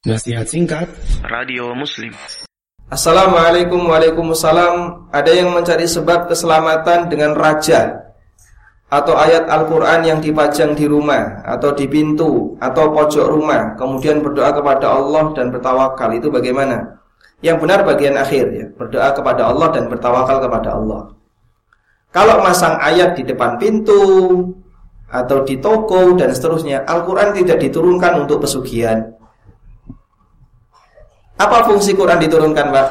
Nasihat singkat Radio Muslim. Assalamualaikum. Waalaikumsalam. Ada yang mencari sebab keselamatan dengan raja atau ayat Al-Quran yang dipajang di rumah atau di pintu atau pojok rumah, kemudian berdoa kepada Allah dan bertawakal. Itu bagaimana? Yang benar bagian akhir ya, berdoa kepada Allah dan bertawakal kepada Allah. Kalau masang ayat di depan pintu atau di toko dan seterusnya, Al-Quran tidak diturunkan untuk pesugihan. Apa fungsi Quran diturunkan, Pak?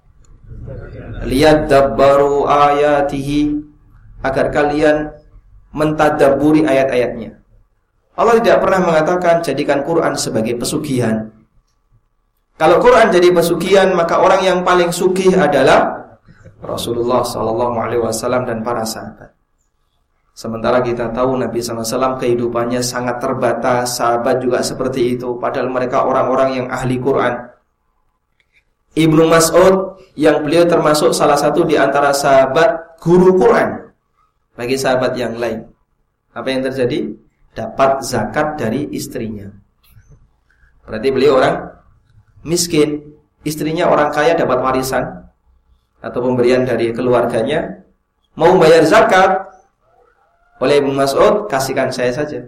Liyadabbaru ayatihi, agar kalian mentadabburi ayat-ayatnya. Allah tidak pernah mengatakan jadikan Quran sebagai pesugihan. Kalau Quran jadi pesugihan, maka orang yang paling sugih adalah Rasulullah SAW dan para sahabat. Sementara kita tahu Nabi SAW kehidupannya sangat terbatas, sahabat juga seperti itu, padahal mereka orang-orang yang ahli Quran. Ibnu Mas'ud yang beliau termasuk salah satu di antara sahabat guru Quran bagi sahabat yang lain. Apa yang terjadi? Dapat zakat dari istrinya. Berarti beliau orang miskin, istrinya orang kaya dapat warisan atau pemberian dari keluarganya. Mau bayar zakat, oleh Ibnu Mas'ud, kasihkan saya saja.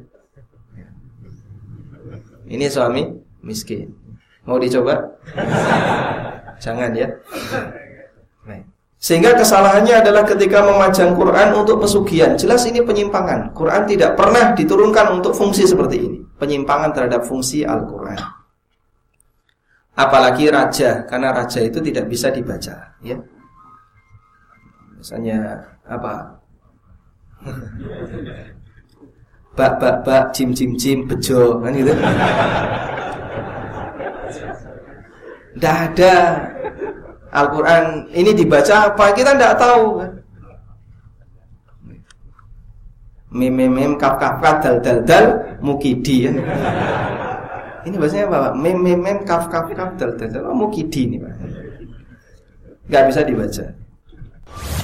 Ini suami miskin. Mau dicoba? Jangan ya. Sehingga kesalahannya adalah ketika memajang Quran untuk pesugihan. Jelas ini penyimpangan. Quran tidak pernah diturunkan untuk fungsi seperti ini. Penyimpangan terhadap fungsi Al-Quran. Apalagi raja, karena raja itu tidak bisa dibaca ya. Misalnya apa? Bak, jim, bejo, kan gitu. Tidak ada. Al-Quran ini dibaca apa? Kita tidak tahu kan? Mem, kaf, dal, mukidi kan? Ini bahasanya apa, Pak? Mem, kaf, dal, mukidi ini, Pak. Tidak bisa dibaca.